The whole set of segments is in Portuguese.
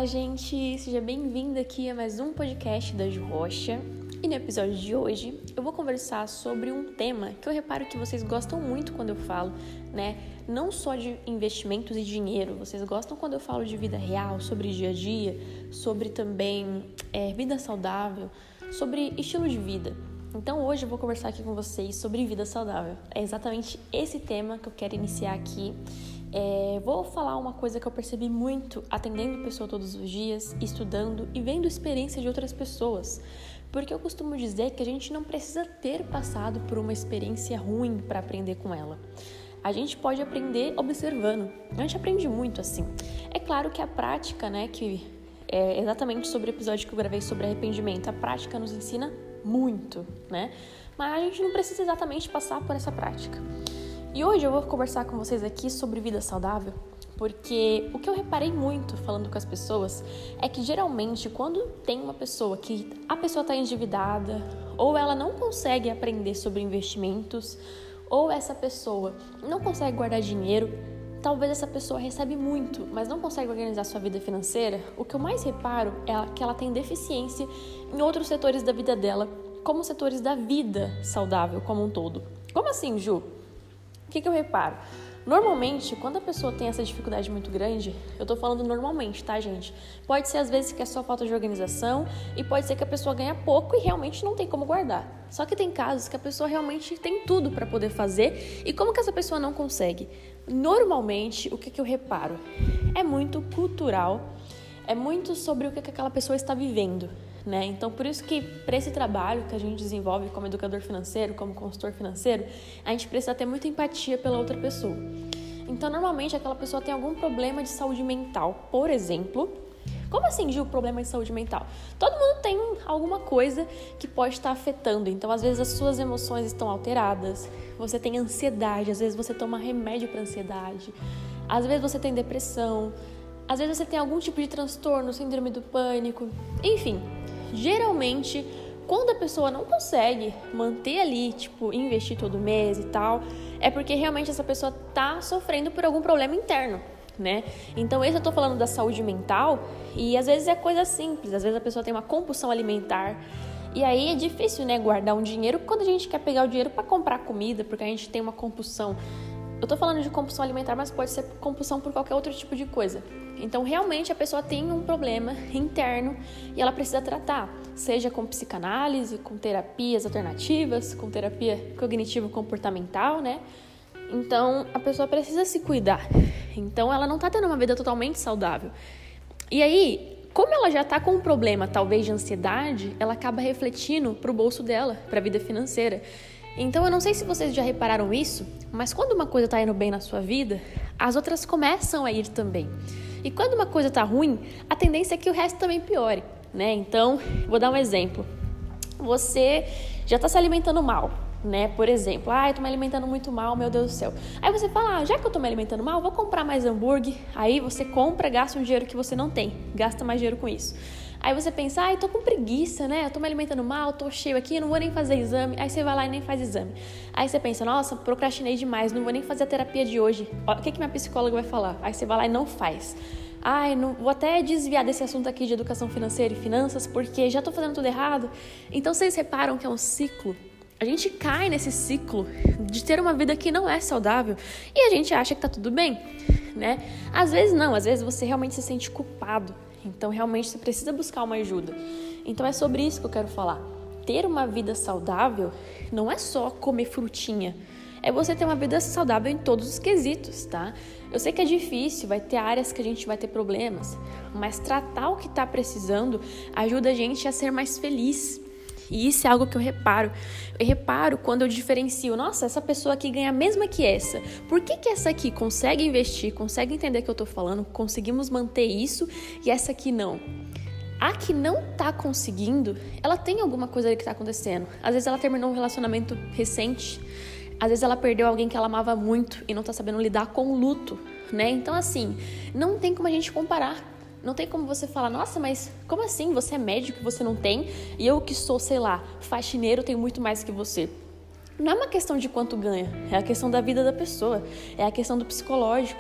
gente! Seja bem-vindo aqui a mais um podcast da Ju Rocha. E no episódio de hoje eu vou conversar sobre um tema que eu reparo que vocês gostam muito quando eu falo, né? Não só de investimentos e dinheiro, vocês gostam quando eu falo de vida real, sobre dia a dia, sobre também vida saudável, sobre estilo de vida. Então hoje eu vou conversar aqui com vocês sobre vida saudável. É exatamente esse tema que eu quero iniciar aqui. Vou falar uma coisa que eu percebi muito atendendo pessoa todos os dias, estudando e vendo experiência de outras pessoas. Porque eu costumo dizer que a gente não precisa ter passado por uma experiência ruim para aprender com ela. A gente pode aprender observando. A gente aprende muito assim. É claro que a prática, né, que é exatamente sobre o episódio que eu gravei sobre arrependimento, a prática nos ensina muito, né? Mas a gente não precisa exatamente passar por essa prática. E hoje eu vou conversar com vocês aqui sobre vida saudável, porque o que eu reparei muito falando com as pessoas é que geralmente quando tem uma pessoa que a pessoa está endividada, ou ela não consegue aprender sobre investimentos, ou essa pessoa não consegue guardar dinheiro, talvez essa pessoa recebe muito, mas não consegue organizar sua vida financeira, o que eu mais reparo é que ela tem deficiência em outros setores da vida dela, como setores da vida saudável como um todo. Como assim, Ju? O que eu reparo? Normalmente, quando a pessoa tem essa dificuldade muito grande, eu tô falando normalmente, tá, gente? Pode ser às vezes que é só falta de organização e pode ser que a pessoa ganha pouco e realmente não tem como guardar. Só que tem casos que a pessoa realmente tem tudo para poder fazer e como que essa pessoa não consegue? Normalmente, o que eu reparo? É muito cultural, é muito sobre o que aquela pessoa está vivendo. Né? Então, por isso que para esse trabalho que a gente desenvolve como educador financeiro, como consultor financeiro, a gente precisa ter muita empatia pela outra pessoa. Então, normalmente, aquela pessoa tem algum problema de saúde mental, por exemplo. Como assim, Gil, problema de saúde mental? Todo mundo tem alguma coisa que pode estar afetando. Então, às vezes, as suas emoções estão alteradas, você tem ansiedade, às vezes você toma remédio para ansiedade, às vezes você tem depressão, às vezes você tem algum tipo de transtorno, síndrome do pânico, enfim. Geralmente, quando a pessoa não consegue manter ali, investir todo mês e tal, é porque realmente essa pessoa tá sofrendo por algum problema interno, né? Então, esse eu tô falando da saúde mental e às vezes é coisa simples, às vezes a pessoa tem uma compulsão alimentar e aí é difícil, né, guardar um dinheiro quando a gente quer pegar o dinheiro para comprar comida, porque a gente tem uma compulsão. Eu tô falando de compulsão alimentar, mas pode ser compulsão por qualquer outro tipo de coisa. Então, realmente, a pessoa tem um problema interno e ela precisa tratar, seja com psicanálise, com terapias alternativas, com terapia cognitivo-comportamental, né? Então, a pessoa precisa se cuidar. Então, ela não tá tendo uma vida totalmente saudável. E aí, como ela já tá com um problema, talvez de ansiedade, ela acaba refletindo pro bolso dela, pra vida financeira. Então, eu não sei se vocês já repararam isso, mas quando uma coisa tá indo bem na sua vida, as outras começam a ir também. E quando uma coisa tá ruim, a tendência é que o resto também piore, né? Então, vou dar um exemplo. Você já tá se alimentando mal, né? Por exemplo, eu tô me alimentando muito mal, meu Deus do céu. Aí você fala, já que eu tô me alimentando mal, vou comprar mais hambúrguer. Aí você compra, gasta um dinheiro que você não tem, gasta mais dinheiro com isso. Aí você pensa, tô com preguiça, né? Eu tô me alimentando mal, tô cheio aqui, não vou nem fazer exame. Aí você vai lá e nem faz exame. Aí você pensa, nossa, procrastinei demais, não vou nem fazer a terapia de hoje. O que minha psicóloga vai falar? Aí você vai lá e não faz. Não vou até desviar desse assunto aqui de educação financeira e finanças, porque já tô fazendo tudo errado. Então vocês reparam que é um ciclo? A gente cai nesse ciclo de ter uma vida que não é saudável e a gente acha que tá tudo bem, né? Às vezes não, às vezes você realmente se sente culpado. Então, realmente, você precisa buscar uma ajuda. Então, é sobre isso que eu quero falar. Ter uma vida saudável não é só comer frutinha. É você ter uma vida saudável em todos os quesitos, tá? Eu sei que é difícil, vai ter áreas que a gente vai ter problemas, mas tratar o que tá precisando ajuda a gente a ser mais feliz. E isso é algo que eu reparo. Eu reparo quando eu diferencio. Nossa, essa pessoa aqui ganha a mesma que essa. Por que essa aqui consegue investir, consegue entender o que eu tô falando, conseguimos manter isso e essa aqui não? A que não tá conseguindo, ela tem alguma coisa ali que tá acontecendo. Às vezes ela terminou um relacionamento recente. Às vezes ela perdeu alguém que ela amava muito e não tá sabendo lidar com o luto, né? Então, assim, não tem como a gente comparar. Não tem como você falar, nossa, mas como assim? Você é médico, você não tem? E eu que sou, sei lá, faxineiro, tenho muito mais que você. Não é uma questão de quanto ganha, é a questão da vida da pessoa, é a questão do psicológico.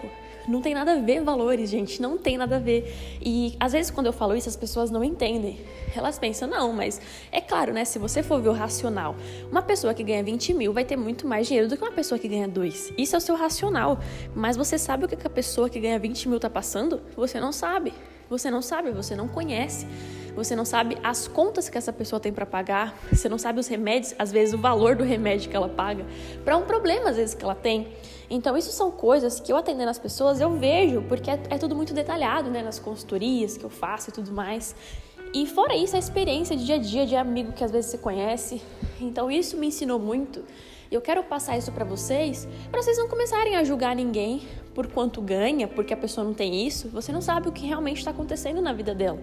Não tem nada a ver valores, gente, não tem nada a ver. E às vezes quando eu falo isso, as pessoas não entendem. Elas pensam, não, mas é claro, né, se você for ver o racional, uma pessoa que ganha 20 mil vai ter muito mais dinheiro do que uma pessoa que ganha 2. Isso é o seu racional. Mas você sabe o que a pessoa que ganha 20 mil tá passando? Você não sabe. Você não sabe, você não conhece. Você não sabe as contas que essa pessoa tem para pagar. Você não sabe os remédios, às vezes o valor do remédio que ela paga para um problema, às vezes, que ela tem. Então, isso são coisas que eu atendendo as pessoas, eu vejo, porque é tudo muito detalhado, né? Nas consultorias que eu faço e tudo mais. E fora isso, a experiência de dia a dia, de amigo que às vezes você conhece. Então, isso me ensinou muito. E eu quero passar isso para vocês não começarem a julgar ninguém por quanto ganha, porque a pessoa não tem isso. Você não sabe o que realmente está acontecendo na vida dela.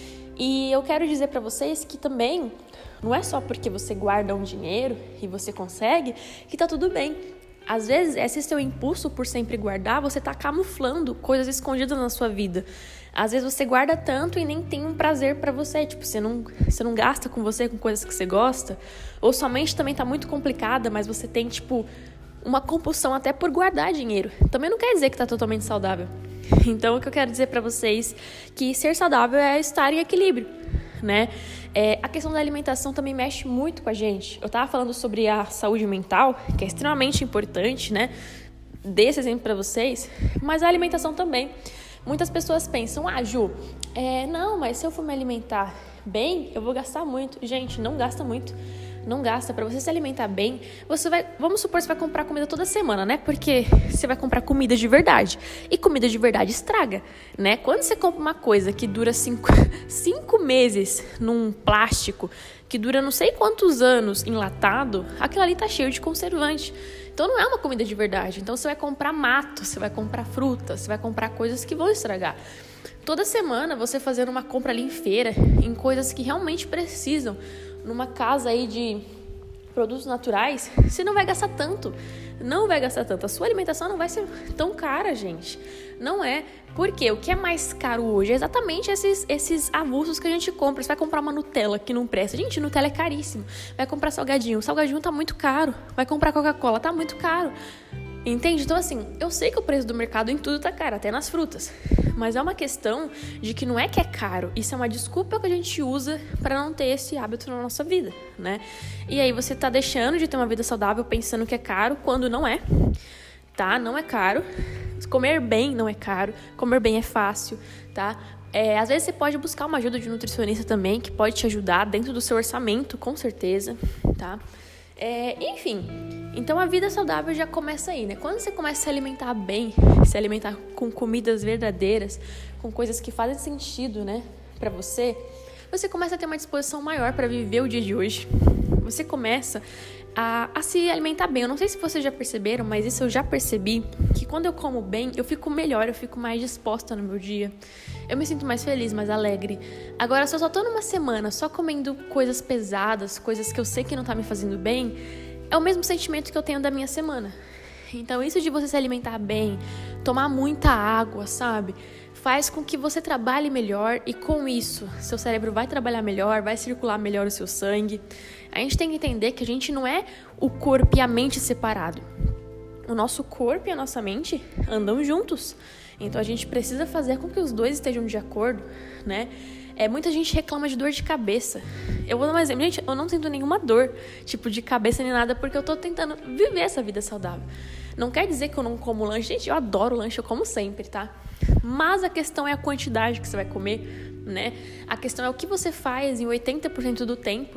E eu quero dizer para vocês que também não é só porque você guarda um dinheiro e você consegue que tá tudo bem. Às vezes, esse seu impulso por sempre guardar, você tá camuflando coisas escondidas na sua vida. Às vezes você guarda tanto e nem tem um prazer pra você. Tipo, você não gasta com você, com coisas que você gosta. Ou sua mente também tá muito complicada, mas você tem, tipo, uma compulsão até por guardar dinheiro. Também não quer dizer que tá totalmente saudável. Então, o que eu quero dizer pra vocês que ser saudável é estar em equilíbrio, né? A questão da alimentação também mexe muito com a gente. Eu tava falando sobre a saúde mental, que é extremamente importante, né? Dei esse exemplo pra vocês, mas a alimentação também. Muitas pessoas pensam, Ju, não, mas se eu for me alimentar bem, eu vou gastar muito. Gente, não gasta muito. Não gasta. Para você se alimentar bem, vamos supor que você vai comprar comida toda semana, né? Porque você vai comprar comida de verdade. E comida de verdade estraga, né? Quando você compra uma coisa que dura 5 meses num plástico, que dura não sei quantos anos enlatado, aquilo ali tá cheio de conservante. Então não é uma comida de verdade. Então você vai comprar mato, você vai comprar fruta, você vai comprar coisas que vão estragar. Toda semana você fazendo uma compra ali em feira, em coisas que realmente precisam, numa casa aí de produtos naturais, você não vai gastar tanto. Não vai gastar tanto. A sua alimentação não vai ser tão cara, gente. Não é. Porque o que é mais caro hoje é exatamente esses avulsos que a gente compra. Você vai comprar uma Nutella que não presta. Gente, Nutella é caríssimo. Vai comprar salgadinho. O salgadinho tá muito caro. Vai comprar Coca-Cola. Tá muito caro. Entende? Então, assim, eu sei que o preço do mercado em tudo tá caro, até nas frutas. Mas é uma questão de que não é que é caro. Isso é uma desculpa que a gente usa para não ter esse hábito na nossa vida, né? E aí você tá deixando de ter uma vida saudável pensando que é caro, quando não é, tá? Não é caro. Comer bem não é caro. Comer bem é fácil, tá? Às vezes você pode buscar uma ajuda de nutricionista também, que pode te ajudar dentro do seu orçamento, com certeza, tá? Enfim, então a vida saudável já começa aí, né? Quando você começa a se alimentar bem, se alimentar com comidas verdadeiras, com coisas que fazem sentido, né, pra você começa a ter uma disposição maior para viver o dia de hoje. Você começa a se alimentar bem. Eu não sei se vocês já perceberam, mas isso eu já percebi, que quando eu como bem, eu fico melhor, eu fico mais disposta no meu dia. Eu me sinto mais feliz, mais alegre. Agora, se eu só tô numa semana só comendo coisas pesadas, coisas que eu sei que não tá me fazendo bem, é o mesmo sentimento que eu tenho da minha semana. Então, isso de você se alimentar bem, tomar muita água, sabe? Faz com que você trabalhe melhor e com isso, seu cérebro vai trabalhar melhor, vai circular melhor o seu sangue. A gente tem que entender que a gente não é o corpo e a mente separado. O nosso corpo e a nossa mente andam juntos. Então, a gente precisa fazer com que os dois estejam de acordo, né? Muita gente reclama de dor de cabeça. Eu vou dar um exemplo. Gente, eu não sinto nenhuma dor, tipo, de cabeça nem nada, porque eu tô tentando viver essa vida saudável. Não quer dizer que eu não como lanche. Gente, eu adoro lanche, eu como sempre, tá? Mas a questão é a quantidade que você vai comer, né? A questão é o que você faz em 80% do tempo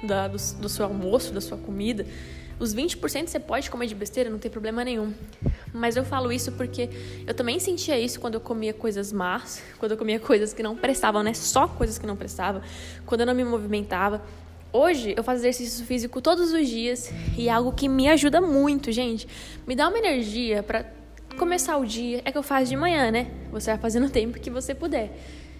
do seu almoço, da sua comida. Os 20% você pode comer de besteira, não tem problema nenhum. Mas eu falo isso porque eu também sentia isso quando eu comia coisas más, quando eu comia coisas que não prestavam, né? Só coisas que não prestavam, quando eu não me movimentava. Hoje eu faço exercício físico todos os dias e é algo que me ajuda muito, gente. Me dá uma energia pra começar o dia. É que eu faço de manhã, né? Você vai fazer no tempo que você puder.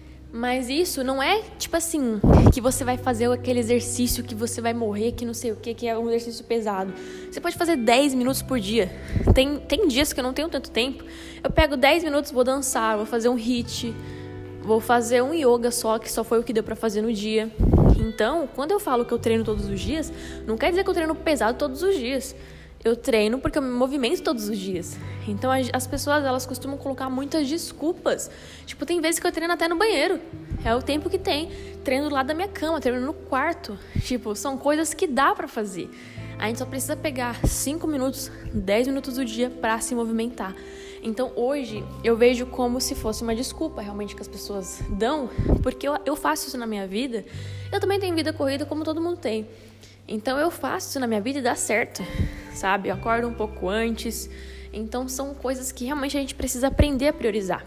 Mas isso não é, tipo assim, que você vai fazer aquele exercício que você vai morrer, que não sei o que é um exercício pesado. Você pode fazer 10 minutos por dia. Tem dias que eu não tenho tanto tempo. Eu pego 10 minutos, vou dançar, vou fazer um HIIT, vou fazer um yoga só, que só foi o que deu pra fazer no dia. Então, quando eu falo que eu treino todos os dias, não quer dizer que eu treino pesado todos os dias. Eu treino porque eu me movimento todos os dias. Então, as pessoas, elas costumam colocar muitas desculpas. Tipo, tem vezes que eu treino até no banheiro. É o tempo que tem. Treino do lado da minha cama, treino no quarto. Tipo, são coisas que dá pra fazer. A gente só precisa pegar 5 minutos, 10 minutos do dia pra se movimentar. Então, hoje, eu vejo como se fosse uma desculpa realmente que as pessoas dão, porque eu faço isso na minha vida. Eu também tenho vida corrida como todo mundo tem. Então, eu faço isso na minha vida e dá certo, sabe? Eu acordo um pouco antes. Então, são coisas que realmente a gente precisa aprender a priorizar.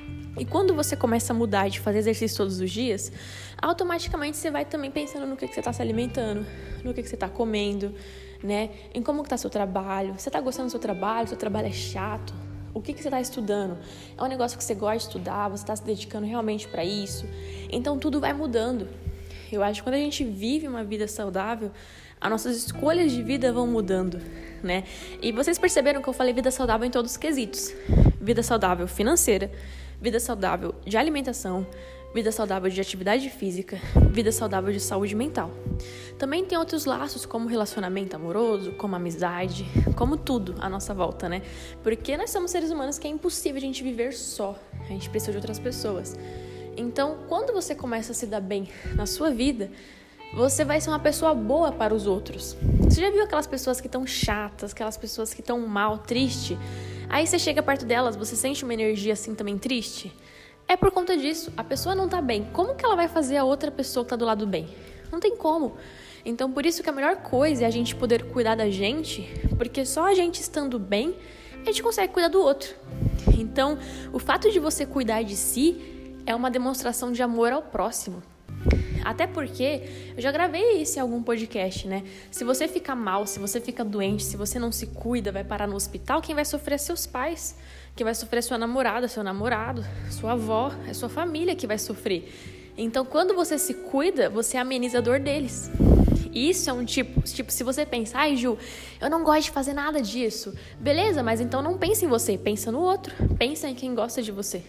E quando você começa a mudar de fazer exercício todos os dias, automaticamente você vai também pensando no que você está se alimentando, no que você está comendo, né? Em como está seu trabalho. Você está gostando do seu trabalho é chato. O que você está estudando? É um negócio que você gosta de estudar? Você está se dedicando realmente para isso? Então, tudo vai mudando. Eu acho que quando a gente vive uma vida saudável, as nossas escolhas de vida vão mudando, né? E vocês perceberam que eu falei vida saudável em todos os quesitos. Vida saudável financeira, vida saudável de alimentação, vida saudável de atividade física, vida saudável de saúde mental. Também tem outros laços, como relacionamento amoroso, como amizade, como tudo à nossa volta, né? Porque nós somos seres humanos que é impossível a gente viver só. A gente precisa de outras pessoas. Então, quando você começa a se dar bem na sua vida, você vai ser uma pessoa boa para os outros. Você já viu aquelas pessoas que estão chatas, aquelas pessoas que estão mal, triste? Aí você chega perto delas, você sente uma energia assim também triste? É por conta disso. A pessoa não tá bem. Como que ela vai fazer a outra pessoa que tá do lado bem? Não tem como. Então, por isso que a melhor coisa é a gente poder cuidar da gente, porque só a gente estando bem, a gente consegue cuidar do outro. Então, o fato de você cuidar de si é uma demonstração de amor ao próximo. Até porque, eu já gravei isso em algum podcast, né? Se você fica mal, se você fica doente, se você não se cuida, vai parar no hospital, quem vai sofrer é seus pais. Quem vai sofrer é sua namorada, seu namorado, sua avó, é sua família que vai sofrer. Então, quando você se cuida, você ameniza a dor deles. Isso é um tipo, se você pensa, ai Ju, eu não gosto de fazer nada disso. Beleza, mas então não pensa em você, pensa no outro. Pensa em quem gosta de você.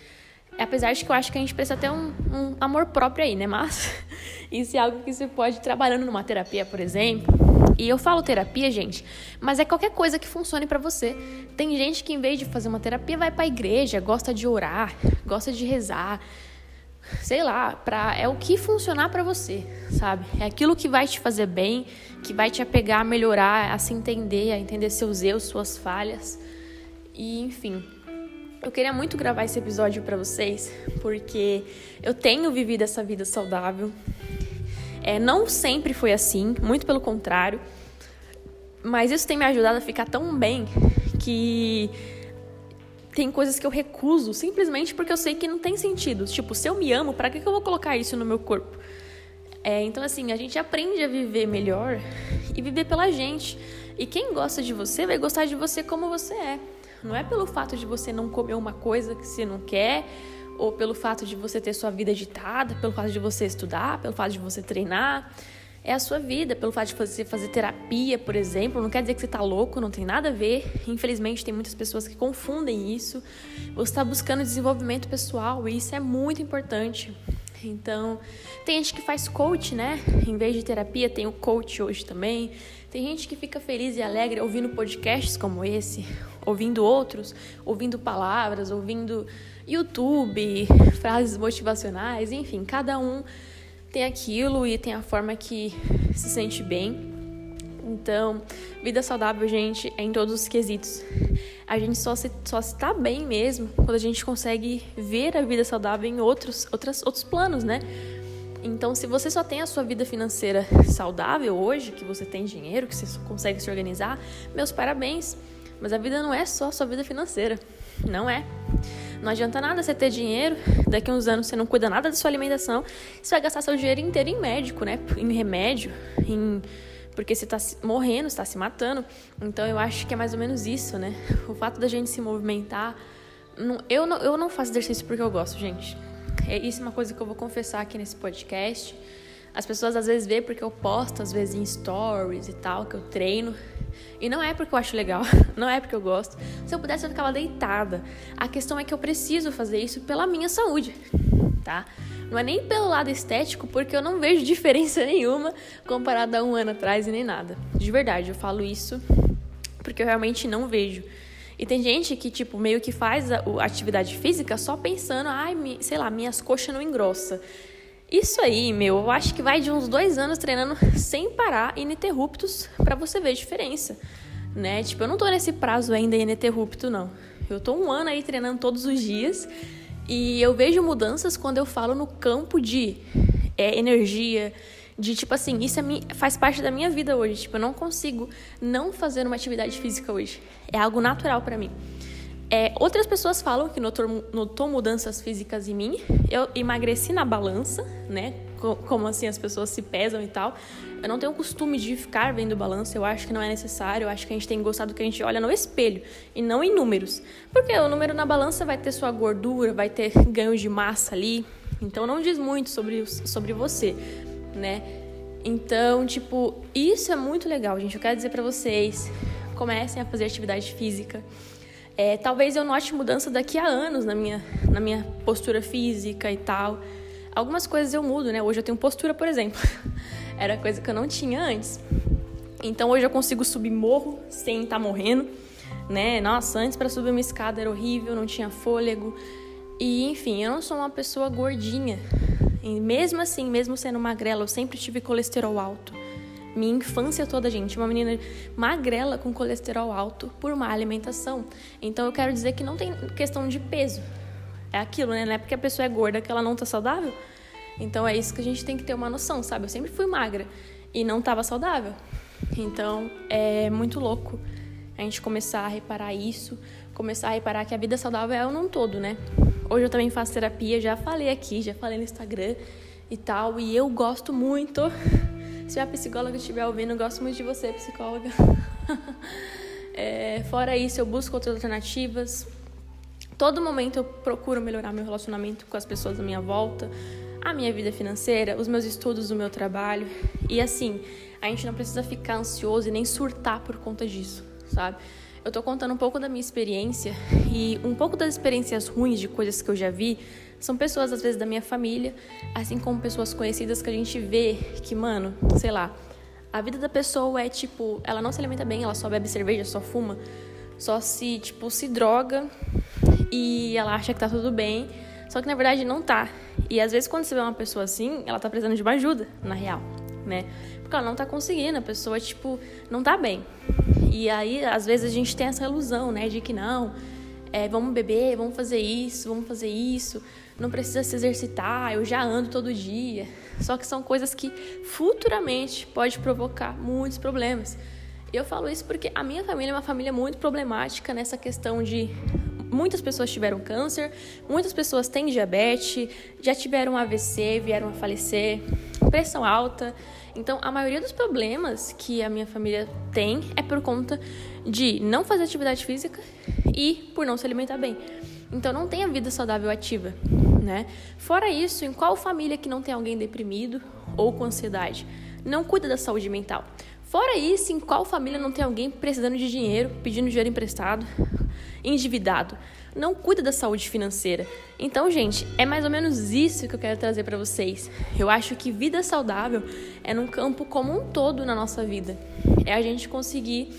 Apesar de que eu acho que a gente precisa ter um amor próprio aí, né? Mas isso é algo que você pode ir trabalhando numa terapia, por exemplo. E eu falo terapia, gente, mas é qualquer coisa que funcione pra você. Tem gente que, em vez de fazer uma terapia, vai pra igreja, gosta de orar, gosta de rezar. Sei lá, é o que funcionar pra você, sabe? É aquilo que vai te fazer bem, que vai te apegar a melhorar, a se entender, a entender seus erros, suas falhas. E, enfim, eu queria muito gravar esse episódio pra vocês, porque eu tenho vivido essa vida saudável. Não sempre foi assim, muito pelo contrário. Mas isso tem me ajudado a ficar tão bem que tem coisas que eu recuso simplesmente porque eu sei que não tem sentido. Tipo, se eu me amo, pra que eu vou colocar isso no meu corpo? Então, assim, a gente aprende a viver melhor e viver pela gente. E quem gosta de você vai gostar de você como você é. Não é pelo fato de você não comer uma coisa que você não quer, ou pelo fato de você ter sua vida agitada, pelo fato de você estudar, pelo fato de você treinar. É a sua vida, pelo fato de você fazer terapia, por exemplo. Não quer dizer que você tá louco, não tem nada a ver. Infelizmente, tem muitas pessoas que confundem isso. Você está buscando desenvolvimento pessoal e isso é muito importante. Então, tem gente que faz coach, né? Em vez de terapia, tem o coach hoje também. Tem gente que fica feliz e alegre ouvindo podcasts como esse, ouvindo outros, ouvindo palavras, ouvindo YouTube, frases motivacionais, enfim, cada um tem aquilo e tem a forma que se sente bem. Então, vida saudável, gente, é em todos os quesitos. A gente só está bem mesmo quando a gente consegue ver a vida saudável em outros planos, né? Então, se você só tem a sua vida financeira saudável hoje, que você tem dinheiro, que você consegue se organizar, meus parabéns. Mas a vida não é só a sua vida financeira. Não é. Não adianta nada você ter dinheiro, daqui a uns anos você não cuida nada da sua alimentação, você vai gastar seu dinheiro inteiro em médico, né? Em remédio, porque você está morrendo, você está se matando. Então, eu acho que é mais ou menos isso, né? O fato da gente se movimentar... Eu não faço exercício porque eu gosto, gente. Isso é uma coisa que eu vou confessar aqui nesse podcast. As pessoas às vezes veem porque eu posto, às vezes em stories e tal, que eu treino. E não é porque eu acho legal, não é porque eu gosto. Se eu pudesse, eu ficava deitada. A questão é que eu preciso fazer isso pela minha saúde, tá? Não é nem pelo lado estético, porque eu não vejo diferença nenhuma comparado a um ano atrás e nem nada. De verdade, eu falo isso porque eu realmente não vejo. E tem gente que, tipo, meio que faz a atividade física só pensando, sei lá, minhas coxas não engrossam. Isso aí, eu acho que vai de uns 2 anos treinando sem parar, ininterruptos, pra você ver a diferença, né? Tipo, eu não tô nesse prazo ainda ininterrupto, não. Eu tô 1 ano aí treinando todos os dias e eu vejo mudanças quando eu falo no campo de energia, de tipo assim, isso faz parte da minha vida hoje. Tipo, eu não consigo não fazer uma atividade física hoje. É algo natural pra mim. Outras pessoas falam que notou mudanças físicas em mim. Eu emagreci na balança, né? Como assim as pessoas se pesam e tal. Eu não tenho o costume de ficar vendo balança. Eu acho que não é necessário. Eu acho que a gente tem que gostar do que a gente olha no espelho e não em números. Porque o número na balança vai ter sua gordura, vai ter ganho de massa ali. Então não diz muito sobre você, né? Então, tipo, isso é muito legal, gente. Eu quero dizer pra vocês, comecem a fazer atividade física. Talvez eu note mudança daqui a anos na minha postura física e tal. Algumas coisas eu mudo, né? Hoje eu tenho postura, por exemplo. Era coisa que eu não tinha antes. Então hoje eu consigo subir morro sem estar morrendo, né? Nossa, antes pra subir uma escada era horrível, não tinha fôlego. E enfim, eu não sou uma pessoa gordinha. E mesmo assim, mesmo sendo magrela, eu sempre tive colesterol alto. Minha infância toda, gente, uma menina magrela com colesterol alto por má alimentação. Então eu quero dizer que não tem questão de peso. É aquilo, né? Não é porque a pessoa é gorda que ela não tá saudável. Então é isso que a gente tem que ter uma noção, sabe? Eu sempre fui magra e não tava saudável. Então é muito louco a gente começar a reparar isso, começar a reparar que a vida saudável é um todo, né? Hoje eu também faço terapia, já falei aqui, já falei no Instagram e tal, e eu gosto muito. Se a psicóloga estiver ouvindo, eu gosto muito de você, psicóloga. Fora isso, eu busco outras alternativas. Todo momento eu procuro melhorar meu relacionamento com as pessoas da minha volta, a minha vida financeira, os meus estudos, o meu trabalho. E assim, a gente não precisa ficar ansioso e nem surtar por conta disso, sabe? Eu tô contando um pouco da minha experiência e um pouco das experiências ruins de coisas que eu já vi são pessoas, às vezes, da minha família, assim como pessoas conhecidas que a gente vê que, mano, sei lá, a vida da pessoa é tipo, ela não se alimenta bem, ela só bebe cerveja, só fuma, só se droga e ela acha que tá tudo bem, só que na verdade não tá. E às vezes quando você vê uma pessoa assim, ela tá precisando de uma ajuda, na real, né? Porque ela não tá conseguindo, a pessoa, tipo, não tá bem. E aí, às vezes, a gente tem essa ilusão, né, de que não, vamos beber, vamos fazer isso, não precisa se exercitar, eu já ando todo dia. Só que são coisas que futuramente pode provocar muitos problemas. Eu falo isso porque a minha família é uma família muito problemática nessa questão de muitas pessoas tiveram câncer, muitas pessoas têm diabetes, já tiveram AVC, vieram a falecer, pressão alta. Então, a maioria dos problemas que a minha família tem é por conta de não fazer atividade física e por não se alimentar bem. Então, não tem a vida saudável ativa, né? Fora isso, em qual família que não tem alguém deprimido ou com ansiedade? Não cuida da saúde mental. Fora isso, em qual família não tem alguém precisando de dinheiro, pedindo dinheiro emprestado, endividado? Não cuida da saúde financeira. Então, gente, é mais ou menos isso que eu quero trazer para vocês. Eu acho que vida saudável é num campo como um todo na nossa vida. É a gente conseguir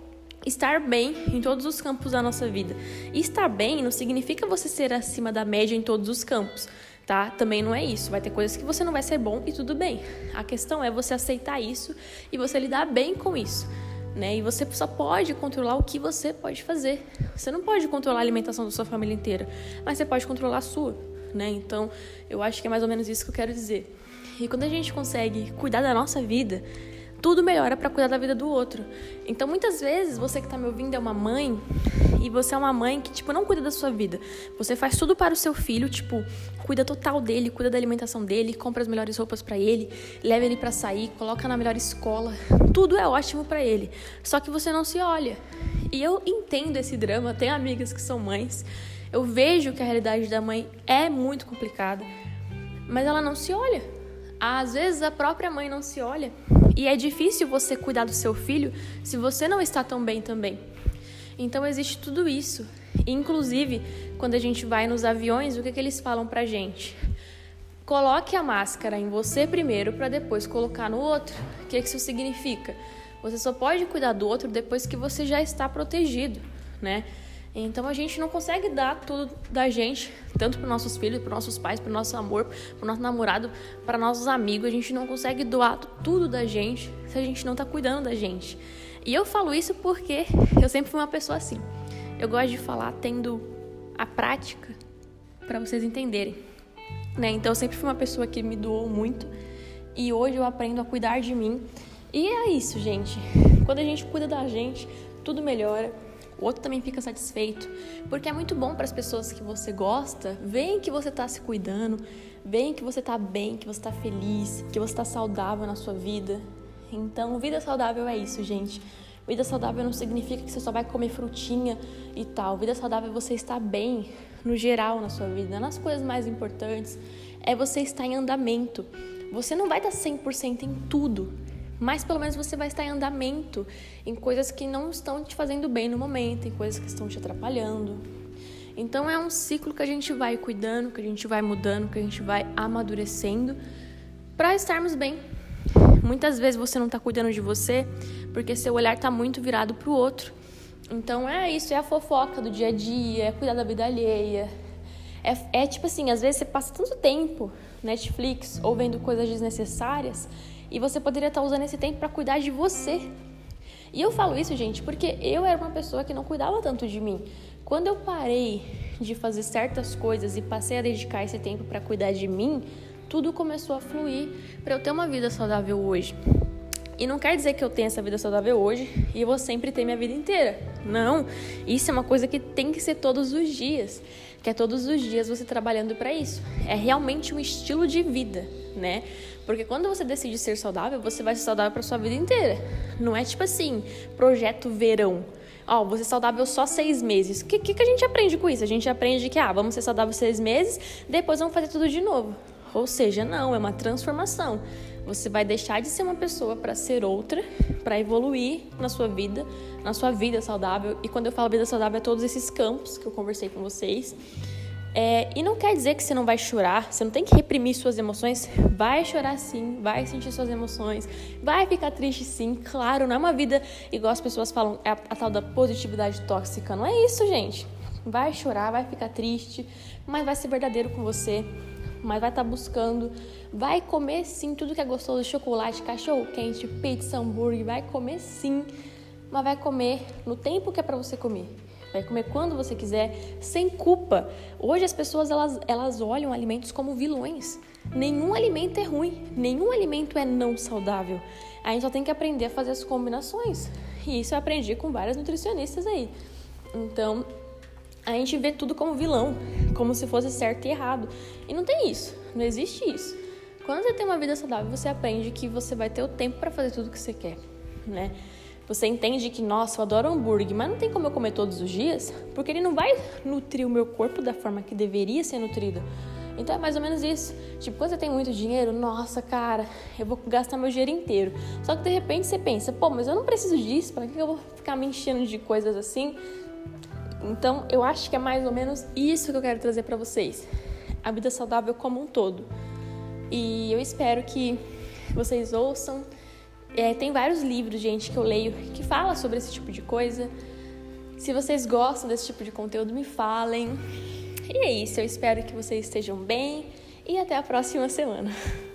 estar bem em todos os campos da nossa vida. E estar bem não significa você ser acima da média em todos os campos, tá? Também não é isso. Vai ter coisas que você não vai ser bom e tudo bem. A questão é você aceitar isso e você lidar bem com isso, né? E você só pode controlar o que você pode fazer. Você não pode controlar a alimentação da sua família inteira, mas você pode controlar a sua, né? Então, eu acho que é mais ou menos isso que eu quero dizer. E quando a gente consegue cuidar da nossa vida, tudo melhora para cuidar da vida do outro. Então, muitas vezes, você que tá me ouvindo é uma mãe e você é uma mãe que, tipo, não cuida da sua vida. Você faz tudo para o seu filho, tipo, cuida total dele, cuida da alimentação dele, compra as melhores roupas para ele, leva ele para sair, coloca na melhor escola. Tudo é ótimo para ele. Só que você não se olha. E eu entendo esse drama, tenho amigas que são mães. Eu vejo que a realidade da mãe é muito complicada, mas ela não se olha. Às vezes a própria mãe não se olha. E é difícil você cuidar do seu filho se você não está tão bem também. Então existe tudo isso. Inclusive, quando a gente vai nos aviões, o que eles falam pra gente? Coloque a máscara em você primeiro para depois colocar no outro. O que isso significa? Você só pode cuidar do outro depois que você já está protegido, né? Então a gente não consegue dar tudo da gente, tanto para nossos filhos, para nossos pais, para o nosso amor, para o nosso namorado, para nossos amigos. A gente não consegue doar tudo da gente se a gente não está cuidando da gente. E eu falo isso porque eu sempre fui uma pessoa assim. Eu gosto de falar tendo a prática para vocês entenderem, né? Então eu sempre fui uma pessoa que me doou muito e hoje eu aprendo a cuidar de mim. E é isso, gente. Quando a gente cuida da gente, tudo melhora. O outro também fica satisfeito, porque é muito bom para as pessoas que você gosta, veem que você está se cuidando, veem que você está bem, que você está feliz, que você está saudável na sua vida. Então, vida saudável é isso, gente. Vida saudável não significa que você só vai comer frutinha e tal. Vida saudável é você estar bem, no geral, na sua vida, nas coisas mais importantes. É você estar em andamento. Você não vai estar 100% em tudo, mas pelo menos você vai estar em andamento em coisas que não estão te fazendo bem no momento, em coisas que estão te atrapalhando. Então é um ciclo que a gente vai cuidando, que a gente vai mudando, que a gente vai amadurecendo para estarmos bem. Muitas vezes você não está cuidando de você porque seu olhar está muito virado para o outro. Então é isso, é a fofoca do dia a dia, é cuidar da vida alheia. É tipo assim, às vezes você passa tanto tempo no Netflix ou vendo coisas desnecessárias e você poderia estar usando esse tempo para cuidar de você. E eu falo isso, gente, porque eu era uma pessoa que não cuidava tanto de mim. Quando eu parei de fazer certas coisas e passei a dedicar esse tempo para cuidar de mim, tudo começou a fluir para eu ter uma vida saudável hoje. E não quer dizer que eu tenha essa vida saudável hoje e eu vou sempre ter minha vida inteira. Não, isso é uma coisa que tem que ser todos os dias. Que é todos os dias você trabalhando para isso. É realmente um estilo de vida, né? Porque quando você decide ser saudável, você vai ser saudável para sua vida inteira. Não é tipo assim, projeto verão. Vou ser saudável só 6 meses. O que a gente aprende com isso? A gente aprende que, vamos ser saudável 6 meses, depois vamos fazer tudo de novo. Ou seja, não, é uma transformação. Você vai deixar de ser uma pessoa para ser outra, para evoluir na sua vida saudável. E quando eu falo vida saudável, é todos esses campos que eu conversei com vocês. E não quer dizer que você não vai chorar, você não tem que reprimir suas emoções. Vai chorar sim, vai sentir suas emoções, vai ficar triste sim. Claro, não é uma vida igual as pessoas falam, é a tal da positividade tóxica. Não é isso, gente. Vai chorar, vai ficar triste, mas vai ser verdadeiro com você. Mas vai estar buscando, vai comer sim tudo que é gostoso, chocolate, cachorro quente, pizza, hambúrguer, vai comer sim, mas vai comer no tempo que é para você comer, vai comer quando você quiser, sem culpa. Hoje as pessoas elas olham alimentos como vilões. Nenhum alimento é ruim, nenhum alimento é não saudável. A gente só tem que aprender a fazer as combinações, e isso eu aprendi com várias nutricionistas aí. Então a gente vê tudo como vilão, como se fosse certo e errado. E não tem isso, não existe isso. Quando você tem uma vida saudável, você aprende que você vai ter o tempo para fazer tudo que você quer, né? Você entende que, nossa, eu adoro hambúrguer, mas não tem como eu comer todos os dias, porque ele não vai nutrir o meu corpo da forma que deveria ser nutrido. Então é mais ou menos isso. Tipo, quando você tem muito dinheiro, nossa, cara, eu vou gastar meu dinheiro inteiro. Só que de repente você pensa, mas eu não preciso disso, para que eu vou ficar me enchendo de coisas assim? Então, eu acho que é mais ou menos isso que eu quero trazer para vocês. A vida saudável como um todo. E eu espero que vocês ouçam. Tem vários livros, gente, que eu leio que fala sobre esse tipo de coisa. Se vocês gostam desse tipo de conteúdo, me falem. E é isso, eu espero que vocês estejam bem. E até a próxima semana.